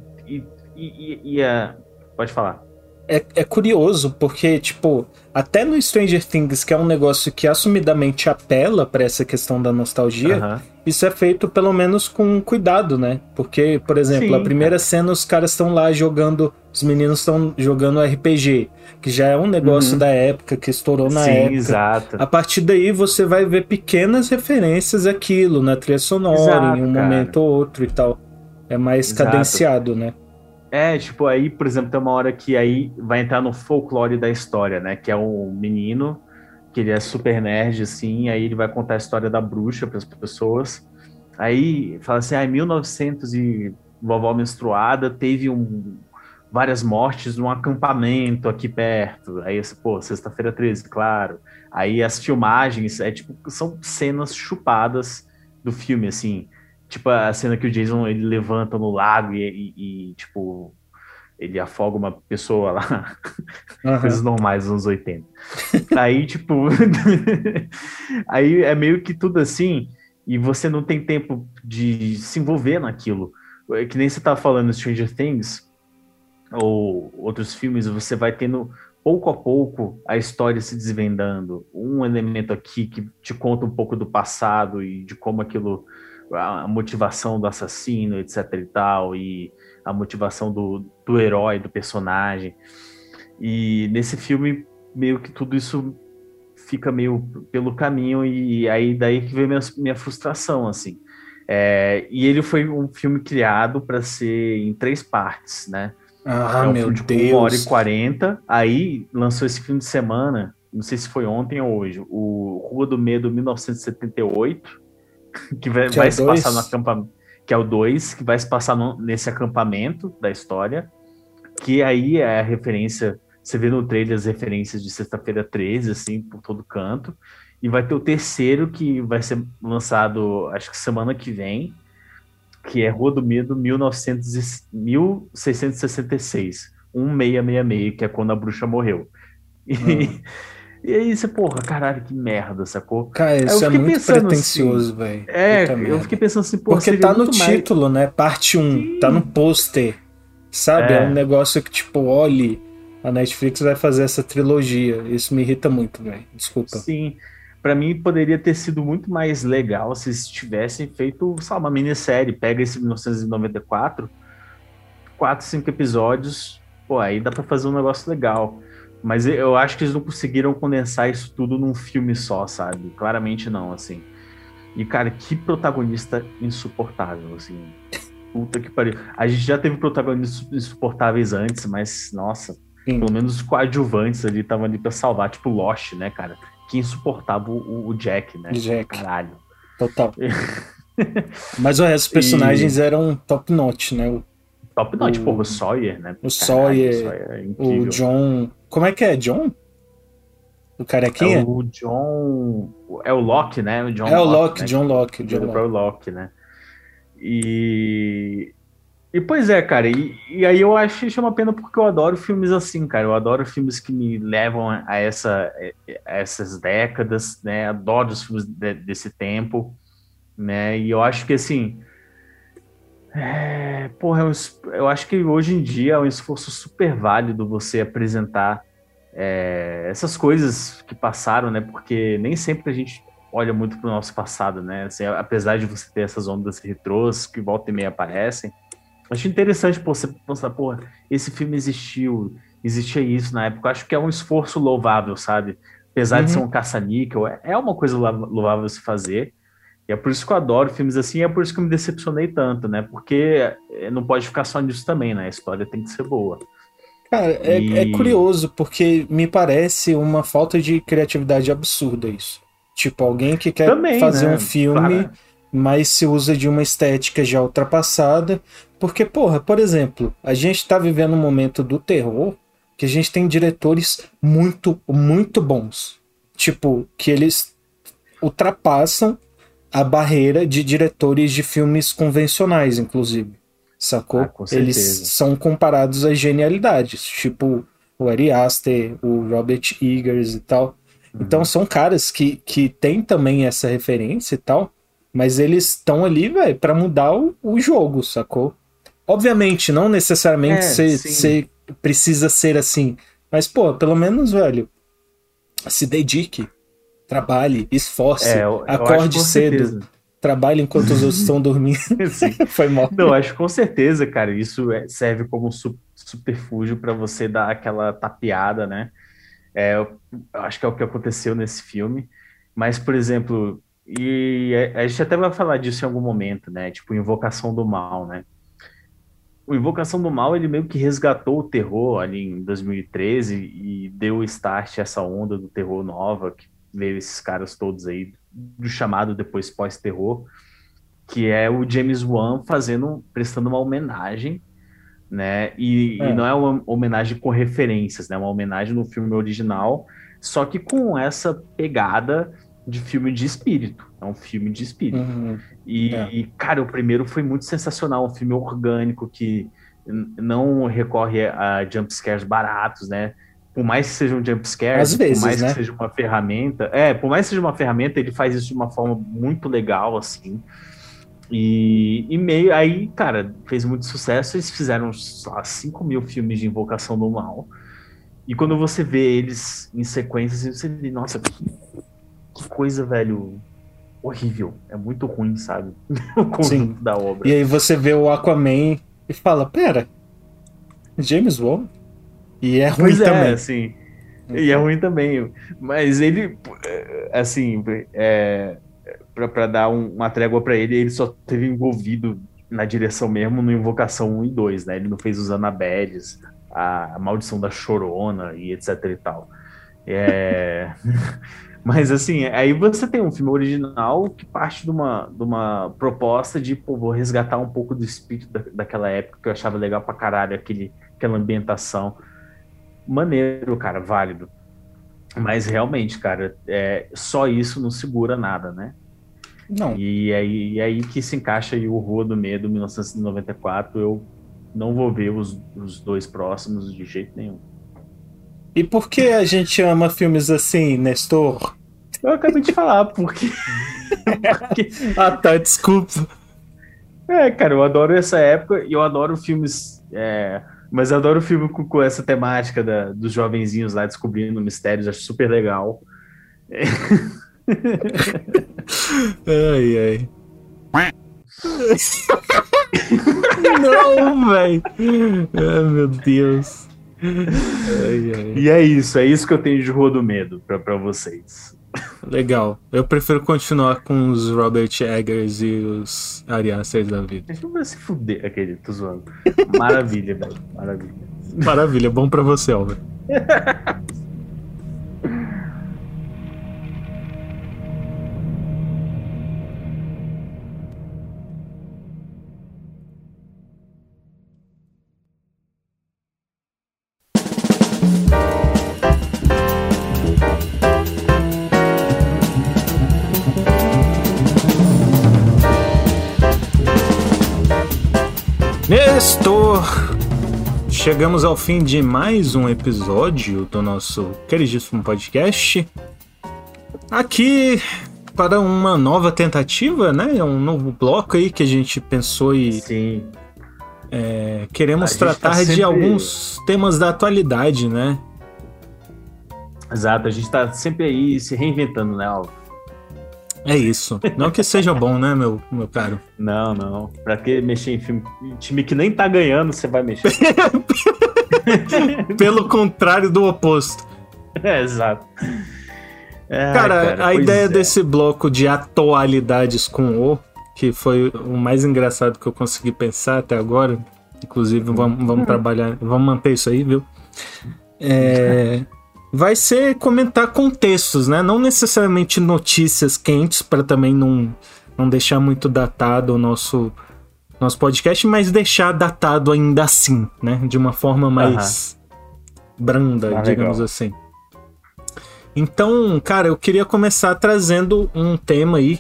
pode falar. É curioso, porque, tipo, até no Stranger Things, que é um negócio que assumidamente apela pra essa questão da nostalgia, isso é feito pelo menos com cuidado, né? Porque, por exemplo, a primeira cena os caras estão lá jogando, os meninos estão jogando RPG, que já é um negócio da época, que estourou na época. Exato. A partir daí você vai ver pequenas referências àquilo, na trilha sonora, em um momento ou outro e tal. É mais cadenciado, né? Tipo, aí, por exemplo, tem uma hora que aí vai entrar no folclore da história, né? Que é um menino, que ele é super nerd, assim, aí ele vai contar a história da bruxa para as pessoas. Aí fala assim, 1900 e vovó menstruada teve várias mortes num acampamento aqui perto. Aí, pô, sexta-feira 13, claro. Aí as filmagens, são cenas chupadas do filme, assim. Tipo a cena que o Jason ele levanta no lago e tipo, ele afoga uma pessoa lá. Coisas normais dos anos 80. Aí, tipo, aí é meio que tudo assim, e você não tem tempo de se envolver naquilo. Que nem você tá falando Stranger Things, ou outros filmes, você vai tendo pouco a pouco a história se desvendando. Um elemento aqui que te conta um pouco do passado e de como aquilo, a motivação do assassino, etc e tal, e a motivação do herói, do personagem. E nesse filme, meio que tudo isso fica meio pelo caminho, e aí daí que veio minha frustração, assim. E ele foi um filme criado para ser em 3 partes, né? É um filme de 1h40, aí lançou esse fim de semana, não sei se foi ontem ou hoje, o Rua do Medo 1978, que vai se passar no acampamento, que é o 2, que vai se passar nesse acampamento da história, que aí é a referência, você vê no trailer as referências de sexta-feira 13, assim, por todo canto, e vai ter o terceiro que vai ser lançado, acho que semana que vem, que é Rua do Medo 1666, 1666, que é quando a bruxa morreu. E aí você, porra, caralho, que merda, sacou? Cara, isso é muito pretencioso, assim, velho. Eu fiquei pensando assim, porra, porque tá no título, né? Parte 1, sim, tá no pôster, sabe? É um negócio que, tipo, olhe, a Netflix vai fazer essa trilogia. Isso me irrita muito, velho. Desculpa. Sim. Pra mim, poderia ter sido muito mais legal se eles tivessem feito, sabe, uma minissérie. Pega esse 1994, 4, 5 episódios, pô, aí dá pra fazer um negócio legal. Mas eu acho que eles não conseguiram condensar isso tudo num filme só, sabe? Claramente não, assim. E, cara, que protagonista insuportável, assim. Puta que pariu. A gente já teve protagonistas insuportáveis antes, mas, nossa, sim, pelo menos os coadjuvantes ali estavam ali pra salvar, tipo Lost, né, cara? Que insuportava o Jack, né? Jack. Caralho. Total. Mas o resto dos personagens eram top notch, né? Top notch, porra, o Sawyer, né? O Sawyer, o John... Como é que é? John? O carequinha? O John... É o Locke, né? O John o Locke, né? John Locke. O Locke, né? E pois é, cara, e aí eu acho isso uma pena porque eu adoro filmes assim, cara, eu adoro filmes que me levam a essas décadas, né, adoro os filmes desse tempo, né, e eu acho que assim, eu acho que hoje em dia é um esforço super válido você apresentar essas coisas que passaram, né, porque nem sempre a gente olha muito pro nosso passado, né, assim, apesar de você ter essas ondas retrôs que volta e meia aparecem, acho interessante você pensar, porra, esse filme existia isso na época. Eu acho que é um esforço louvável, sabe? Apesar de ser um caça-níquel, é uma coisa louvável se fazer. E é por isso que eu adoro filmes assim, é por isso que eu me decepcionei tanto, né? Porque não pode ficar só nisso também, né? A história tem que ser boa. Cara, é curioso, porque me parece uma falta de criatividade absurda isso. Tipo, alguém que quer também, fazer, né, um filme... Claro. Mas se usa de uma estética já ultrapassada, porque, porra, por exemplo, a gente tá vivendo um momento do terror que a gente tem diretores muito, muito bons. Tipo, que eles ultrapassam a barreira de diretores de filmes convencionais, inclusive. Sacou? Com certeza. Eles são comparados a genialidades, tipo o Ari Aster, o Robert Eggers e tal. Então são caras que têm também essa referência e tal, mas eles estão ali, velho, pra mudar o jogo, sacou? Obviamente, não necessariamente você precisa ser assim, mas, pô, pelo menos, velho, se dedique, trabalhe, esforce, acorde cedo, trabalhe enquanto os outros estão dormindo. Foi mal. Não, acho que com certeza, cara, isso serve como superfúgio pra você dar aquela tapeada, né? Eu acho que é o que aconteceu nesse filme, mas, por exemplo, e a gente até vai falar disso em algum momento, né? Tipo, Invocação do Mal, né? O Invocação do Mal, ele meio que resgatou o terror ali em 2013 e deu start a essa onda do terror nova, que veio esses caras todos aí, do chamado depois pós-terror, que é o James Wan prestando uma homenagem, né? E não é uma homenagem com referências, né? Uma homenagem no filme original, só que com essa pegada de filme de espírito. É um filme de espírito. E, cara, o primeiro foi muito sensacional, um filme orgânico que não recorre a jumpscares baratos, né? Por mais que sejam jumpscares, às vezes, por mais né? que seja uma ferramenta, por mais que seja uma ferramenta, ele faz isso de uma forma muito legal, assim. E meio aí, cara, fez muito sucesso. Eles fizeram 5 mil filmes de Invocação do Mal. E quando você vê eles em sequência, você diz, nossa, que coisa, velho, horrível. É muito ruim, sabe? O conjunto da obra. E aí você vê o Aquaman e fala, pera, James Wan? E é ruim também. Assim, e é ruim também. Mas ele, assim, pra dar uma trégua pra ele só teve envolvido na direção mesmo no Invocação 1 e 2, né? Ele não fez os Annabelles, a Maldição da Chorona e etc e tal. Mas assim, aí você tem um filme original que parte de uma proposta de, pô, vou resgatar um pouco do espírito daquela época, que eu achava legal pra caralho, aquela ambientação. Maneiro, cara, válido. Mas realmente, cara, só isso não segura nada, né? Não. E aí que se encaixa aí o Rua do Medo, 1994. Eu não vou ver os dois próximos de jeito nenhum. E por que a gente ama filmes assim, Nestor? Eu acabei de falar, porque... Ah, tá, desculpa. Cara, eu adoro essa época e eu adoro filmes... Mas eu adoro filme com essa temática dos jovenzinhos lá descobrindo mistérios. Acho super legal. Ai. Não, velho. Ai, meu Deus. Ai. E é isso que eu tenho de Rua do Medo pra vocês. Legal. Eu prefiro continuar com os Robert Eggers e os Ari Aster da vida. Deixa eu se fuder aquele, tô zoando. Maravilha, velho. Maravilha. Maravilha, bom pra você, Albert. Nestor! Chegamos ao fim de mais um episódio do nosso queridíssimo podcast. Aqui para uma nova tentativa, né? Um novo bloco aí que a gente pensou e... Sim. Queremos tratar de alguns temas da atualidade, né? Exato, a gente tá sempre aí se reinventando, né, Alvo? É isso. Não que seja bom, né, meu caro? Não. Pra que mexer em filme? Time que nem tá ganhando, você vai mexer. Pelo contrário do oposto. Exato. Cara, a ideia desse bloco de atualidades com O, que foi o mais engraçado que eu consegui pensar até agora, inclusive vamos trabalhar, vamos manter isso aí, viu? Vai ser comentar contextos, né? Não necessariamente notícias quentes, para também não deixar muito datado o nosso podcast, mas deixar datado ainda assim, né? De uma forma mais branda, digamos assim. Então, cara, eu queria começar trazendo um tema aí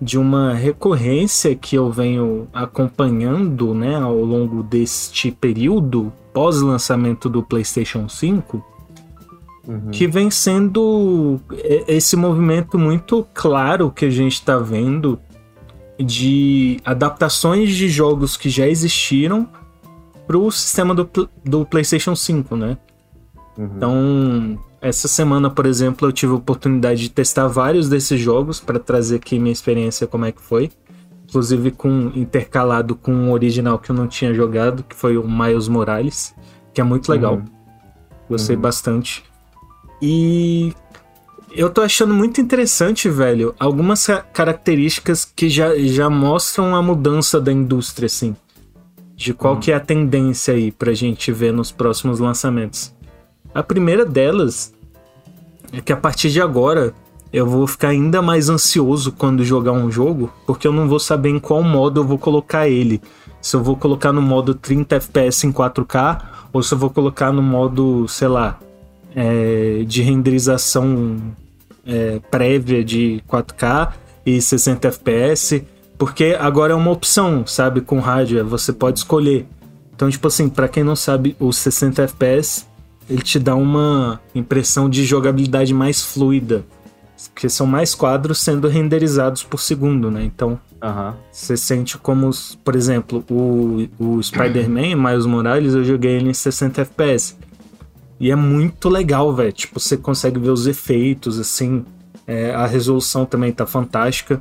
de uma recorrência que eu venho acompanhando, né, ao longo deste período pós-lançamento do PlayStation 5, que vem sendo esse movimento muito claro que a gente está vendo de adaptações de jogos que já existiram para o sistema do PlayStation 5, né? Então, essa semana, por exemplo, eu tive a oportunidade de testar vários desses jogos para trazer aqui minha experiência, como é que foi. Inclusive intercalado com um original que eu não tinha jogado, que foi o Miles Morales, que é muito legal. Gostei bastante. E eu tô achando muito interessante, velho, algumas características que já mostram a mudança da indústria, assim. De qual que é a tendência aí pra gente ver nos próximos lançamentos. A primeira delas é que a partir de agora eu vou ficar ainda mais ansioso quando jogar um jogo, porque eu não vou saber em qual modo eu vou colocar ele. Se eu vou colocar no modo 30 FPS em 4K, ou se eu vou colocar no modo, sei lá, de renderização prévia de 4K e 60 FPS, porque agora é uma opção, sabe, com hardware, você pode escolher. Então, tipo assim, pra quem não sabe, o 60 FPS, ele te dá uma impressão de jogabilidade mais fluida, porque são mais quadros sendo renderizados por segundo, né? Então, você sente como, por exemplo, o Spider-Man, Miles Morales, eu joguei ele em 60 FPS. E é muito legal, velho. Tipo, você consegue ver os efeitos, assim. A resolução também tá fantástica.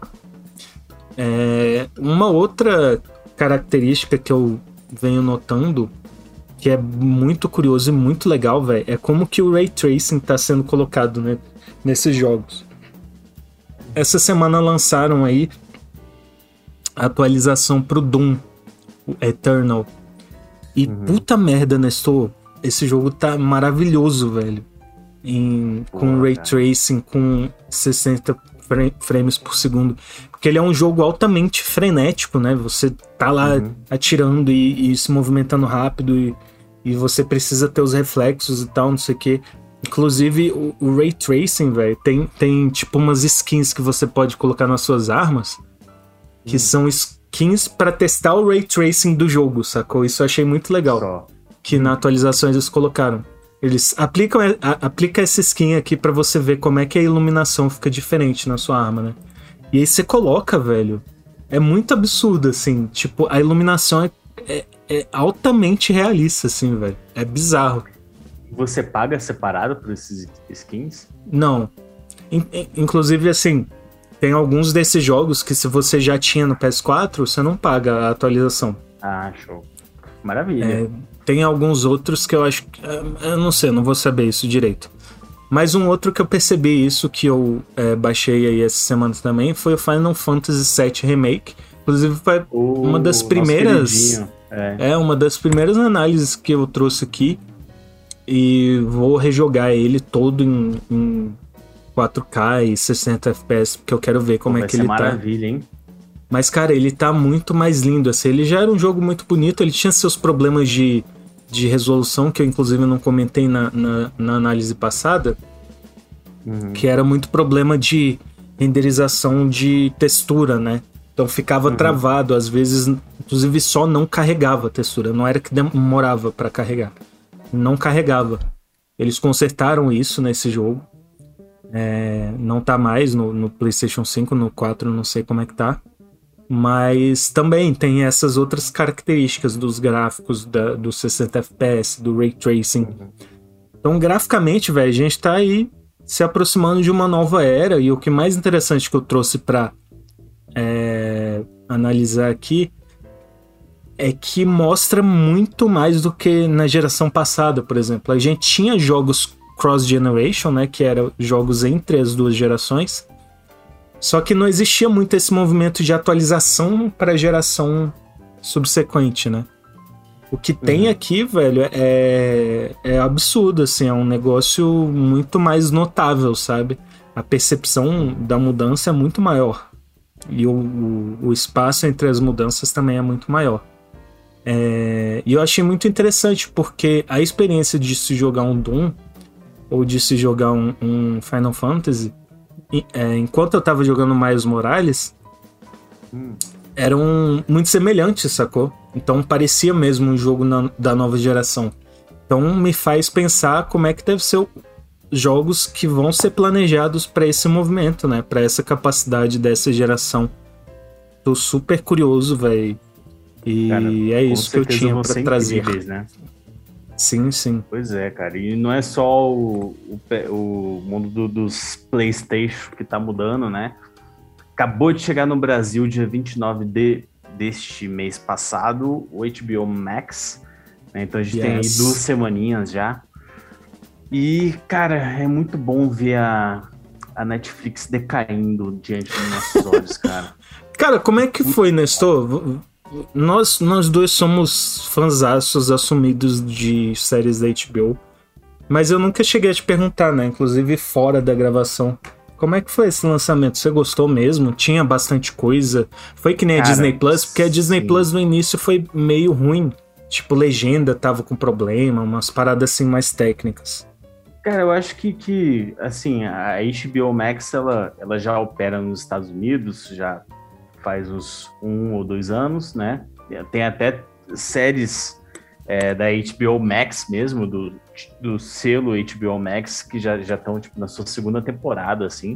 Uma outra característica que eu venho notando, que é muito curioso e muito legal, velho, é como que o Ray Tracing tá sendo colocado, né, nesses jogos. Essa semana lançaram aí a atualização pro Doom Eternal. E puta merda, Nestor, esse jogo tá maravilhoso, velho. Com Ray Tracing, com 60 frames por segundo. Porque ele é um jogo altamente frenético, né? Você tá lá atirando e se movimentando rápido e você precisa ter os reflexos e tal, não sei o quê. Inclusive, o Ray Tracing, velho, tem tipo umas skins que você pode colocar nas suas armas, que são skins pra testar o Ray Tracing do jogo, sacou? Isso eu achei muito legal. Que na atualização eles colocaram. Eles aplicam essa skin aqui pra você ver como é que a iluminação fica diferente na sua arma, né? E aí você coloca, velho. É muito absurdo, assim. Tipo, a iluminação é altamente realista, assim, velho. É bizarro. Você paga separado por esses skins? Não. Inclusive, assim, tem alguns desses jogos que se você já tinha no PS4, você não paga a atualização. Ah, show. Maravilha. Tem alguns outros que eu acho que... Eu não sei, eu não vou saber isso direito. Mas um outro que eu percebi isso, que eu baixei aí essa semana também, foi o Final Fantasy VII Remake. Inclusive foi uma das primeiras... uma das primeiras análises que eu trouxe aqui. E vou rejogar ele todo em 4K e 60 FPS, porque eu quero ver como é que ele tá. Maravilha, hein? Mas, cara, ele tá muito mais lindo, assim. Ele já era um jogo muito bonito, ele tinha seus problemas de resolução, que eu inclusive não comentei na análise passada, que era muito problema de renderização de textura, né? Então ficava travado, às vezes, inclusive só não carregava a textura, não era que demorava pra carregar. Não carregava. Eles consertaram isso nesse jogo. Não tá mais no PlayStation 5, no 4 não sei como é que tá. Mas também tem essas outras características dos gráficos do 60 FPS, do Ray Tracing. Então, graficamente, velho, a gente tá aí se aproximando de uma nova era. E o que mais interessante que eu trouxe pra analisar aqui é que mostra muito mais do que na geração passada, por exemplo. A gente tinha jogos cross-generation, né, que eram jogos entre as duas gerações, só que não existia muito esse movimento de atualização para a geração subsequente, né? O que tem aqui, velho, é absurdo, assim, é um negócio muito mais notável, sabe? A percepção da mudança é muito maior. E o espaço entre as mudanças também é muito maior. E eu achei muito interessante, porque a experiência de se jogar um Doom, ou de se jogar um Final Fantasy, enquanto eu tava jogando Miles Morales, eram muito semelhantes, sacou? Então parecia mesmo um jogo da nova geração. Então me faz pensar como é que deve ser jogos que vão ser planejados para esse movimento, né? Para essa capacidade dessa geração. Tô super curioso, velho. E cara, é isso que eu tinha pra trazer. Incríveis, né? Sim. Pois é, cara. E não é só o mundo dos PlayStation que tá mudando, né? Acabou de chegar no Brasil, dia 29 deste mês passado, o HBO Max. Né? Então a gente tem aí 2 semaninhas já. E, cara, é muito bom ver a Netflix decaindo diante dos nossos olhos, cara. Cara, como é que foi, Nestor? Nós dois somos fãzaços assumidos de séries da HBO, mas eu nunca cheguei a te perguntar, né? Inclusive fora da gravação. Como é que foi esse lançamento? Você gostou mesmo? Tinha bastante coisa? Foi que nem a Disney Plus? Porque a Disney Plus no início foi meio ruim. Tipo, legenda tava com problema, umas paradas assim mais técnicas. Cara, eu acho que assim, a HBO Max, ela já opera nos Estados Unidos, já faz uns 1 ou 2 anos, né? Tem até séries da HBO Max mesmo, do selo HBO Max, que já estão tipo, na sua 2ª temporada, assim.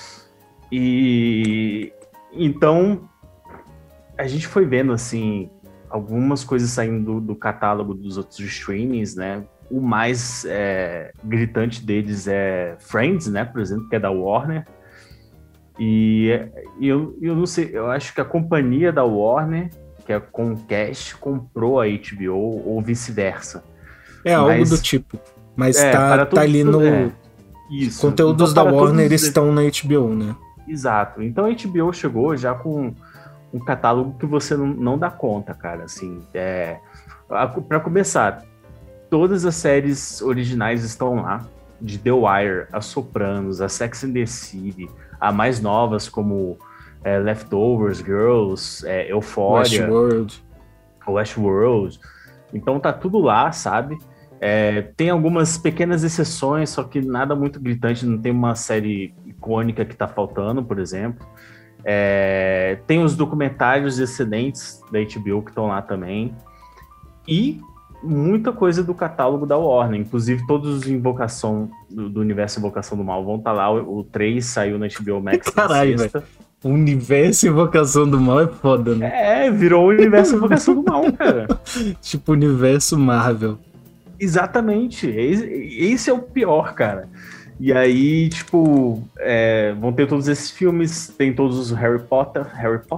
E então a gente foi vendo assim algumas coisas saindo do catálogo dos outros streamings, né? O mais gritante deles é Friends, né? Por exemplo, que é da Warner. E eu não sei, eu acho que a companhia da Warner, que é a Comcast, comprou a HBO ou vice-versa. Algo do tipo. Mas tá ali no... Isso. Conteúdos então, da Warner estão na HBO, né? Exato. Então a HBO chegou já com um catálogo que você não dá conta, cara. Assim, para começar, todas as séries originais estão lá. De The Wire, a Sopranos, a Sex and the City, a mais novas como Leftovers, Girls, Euphoria, Westworld. Então tá tudo lá, sabe? Tem algumas pequenas exceções, só que nada muito gritante, não tem uma série icônica que tá faltando, por exemplo. Tem os documentários excelentes da HBO que estão lá também. E muita coisa do catálogo da Warner, inclusive todos os Invocação do universo Invocação do Mal vão estar lá. O 3 saiu na HBO Max. Caralho, velho. O universo Invocação do Mal é foda, né? Virou o universo Invocação do Mal, cara. Tipo universo Marvel. Exatamente. Esse é o pior, cara. E aí, tipo, vão ter todos esses filmes, tem todos os Harry Potter.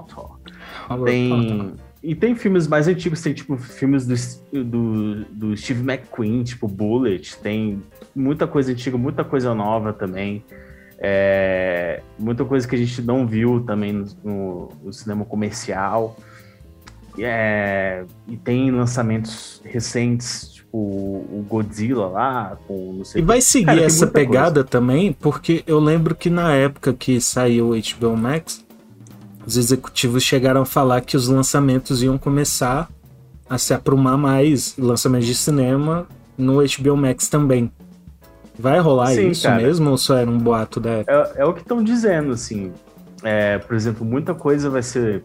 E tem filmes mais antigos, tem tipo filmes do Steve McQueen, tipo Bullet, tem muita coisa antiga, muita coisa nova também, muita coisa que a gente não viu também no cinema comercial, e tem lançamentos recentes, tipo o Godzilla lá, com não sei. E vai seguir essa pegada também, porque eu lembro que na época que saiu o HBO Max, os executivos chegaram a falar que os lançamentos iam começar a se aprumar mais, lançamentos de cinema no HBO Max também. Vai rolar isso, cara, mesmo ou só era um boato da época? É o que estão dizendo, assim. Por exemplo, muita coisa vai ser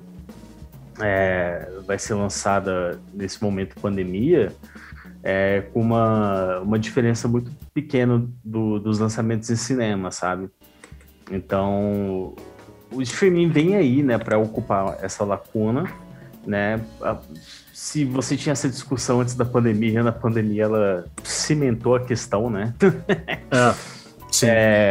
lançada nesse momento de pandemia, com uma diferença muito pequena dos lançamentos em cinema, sabe? Então, o streaming vem aí, né, para ocupar essa lacuna, né? Se você tinha essa discussão antes da pandemia, na pandemia ela cimentou a questão, né? Sim.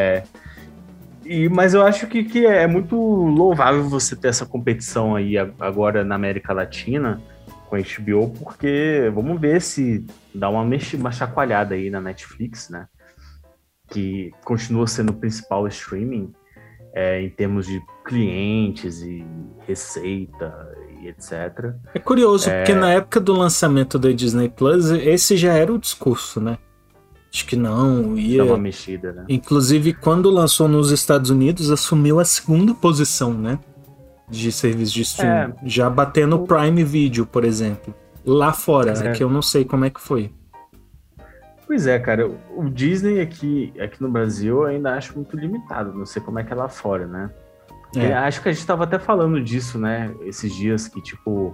Mas eu acho que é muito louvável você ter essa competição aí agora na América Latina com a HBO, porque vamos ver se dá uma chacoalhada aí na Netflix, né? Que continua sendo o principal streaming em termos de clientes e receita e etc. É curioso, porque na época do lançamento da Disney Plus, esse já era o discurso, né? Acho que não ia... Dá uma mexida, né? Inclusive, quando lançou nos Estados Unidos, assumiu a 2ª posição, né? De serviço de streaming. Já batendo o Prime Video, por exemplo. Lá fora, que eu não sei como é que foi. Pois é, cara. O Disney aqui no Brasil eu ainda acho muito limitado. Não sei como é que é lá fora, né? Acho que a gente tava até falando disso, né? Esses dias que, tipo,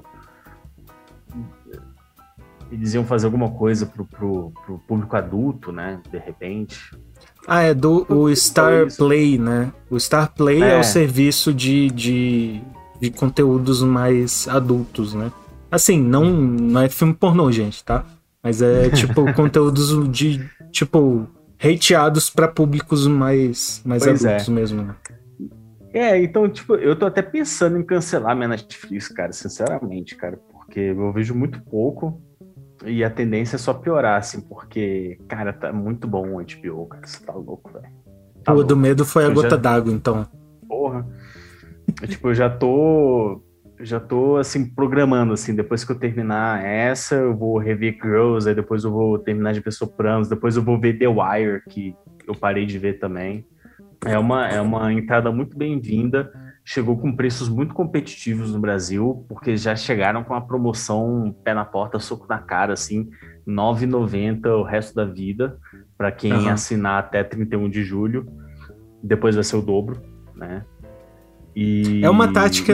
eles iam fazer alguma coisa pro público adulto, né? De repente. O Star Play, né? O Star Play é o serviço de conteúdos mais adultos, né? Assim, não é filme pornô, gente, tá? Mas é, tipo, conteúdos tipo, hateados pra públicos mais adultos mesmo, né? Então, tipo, eu tô até pensando em cancelar minha Netflix, cara, sinceramente, cara, porque eu vejo muito pouco e a tendência é só piorar, assim, porque, cara, tá muito bom o HBO, cara, você tá louco, velho. O do medo foi a gota d'água, então. Porra. Tipo, eu já tô, assim, programando, assim, depois que eu terminar essa, eu vou rever Girls, aí depois eu vou terminar de ver Sopranos, depois eu vou ver The Wire, que eu parei de ver também. É uma entrada muito bem-vinda, chegou com preços muito competitivos no Brasil, porque já chegaram com a promoção pé na porta, soco na cara, assim, R$ 9,90 o resto da vida, para quem assinar até 31 de julho, depois vai ser o dobro, né? E... É uma tática...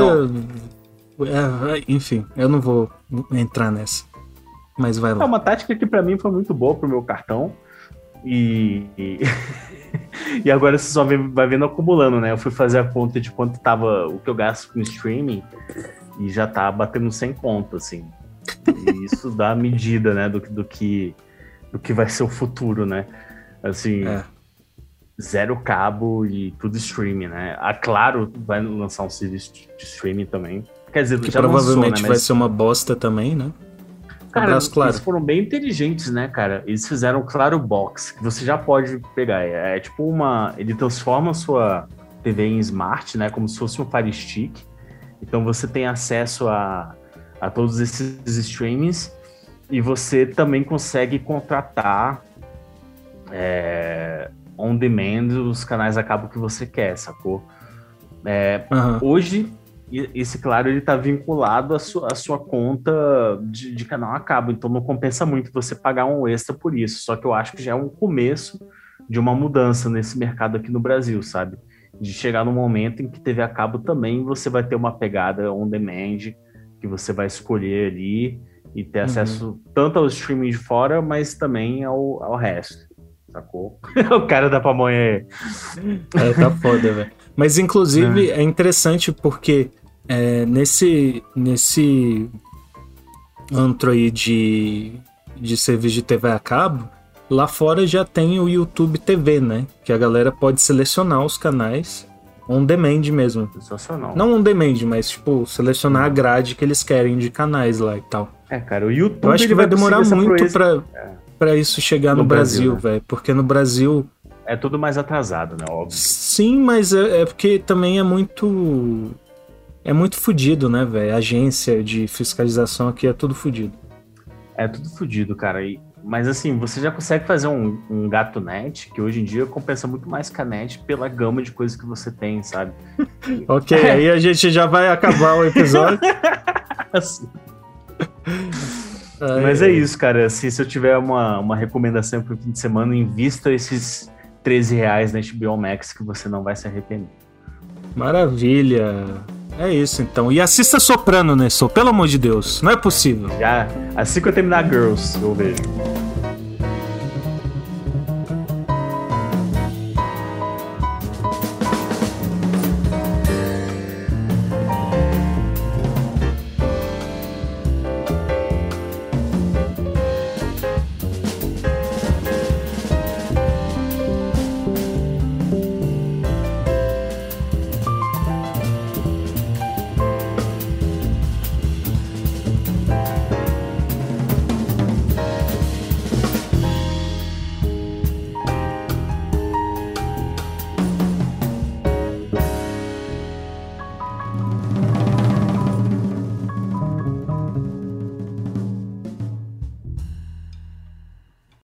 enfim, eu não vou entrar nessa, mas vai lá. É uma tática que para mim foi muito boa pro meu cartão, e agora você só vai vendo acumulando, né? Eu fui fazer a conta de quanto tava o que eu gasto com streaming e já tá batendo 100 conto, assim. E isso dá a medida, né, do que vai ser o futuro, né? Assim, zero cabo e tudo streaming, né? A Claro vai lançar um serviço de streaming também. Quer dizer, que já provavelmente lançou, né? vai ser uma bosta também, né? Cara, eles foram bem inteligentes, né, cara? Eles fizeram o Claro Box, que você já pode pegar. É tipo ele transforma a sua TV em Smart, né? Como se fosse um Fire Stick. Então você tem acesso a todos esses streamings e você também consegue contratar on demand os canais a cabo que você quer, sacou? Hoje... esse, claro, ele tá vinculado à sua conta de canal a cabo, então não compensa muito você pagar um extra por isso, só que eu acho que já é um começo de uma mudança nesse mercado aqui no Brasil, sabe? De chegar no momento em que TV a cabo também você vai ter uma pegada on demand, que você vai escolher ali e ter acesso tanto ao streaming de fora, mas também ao resto, sacou? O cara da pamonha aí. Tá foda, velho. Mas, inclusive, é interessante porque nesse antro aí de serviço de TV a cabo, lá fora já tem o YouTube TV, né? Que a galera pode selecionar os canais on demand mesmo. Sensacional. Não on demand, mas, tipo, selecionar a grade que eles querem de canais lá e tal. Cara, o YouTube... Eu acho que vai demorar muito pra isso chegar no Brasil, né? Velho. Porque no Brasil... É tudo mais atrasado, né? Óbvio. Sim, mas é porque também é muito fudido, né, velho? Agência de fiscalização aqui é tudo fudido. É tudo fudido, cara. Mas assim, você já consegue fazer um gato net, que hoje em dia compensa muito mais que a net pela gama de coisas que você tem, sabe? Ok, aí a gente já vai acabar o episódio. Assim. Mas é isso, cara. Assim, se eu tiver uma recomendação pro fim de semana, invista esses R$13 na HBO Max que você não vai se arrepender. Maravilha. É isso, então. E assista Soprano, né, Pelo amor de Deus. Não é possível. Já, assim que eu terminar Girls, eu vejo.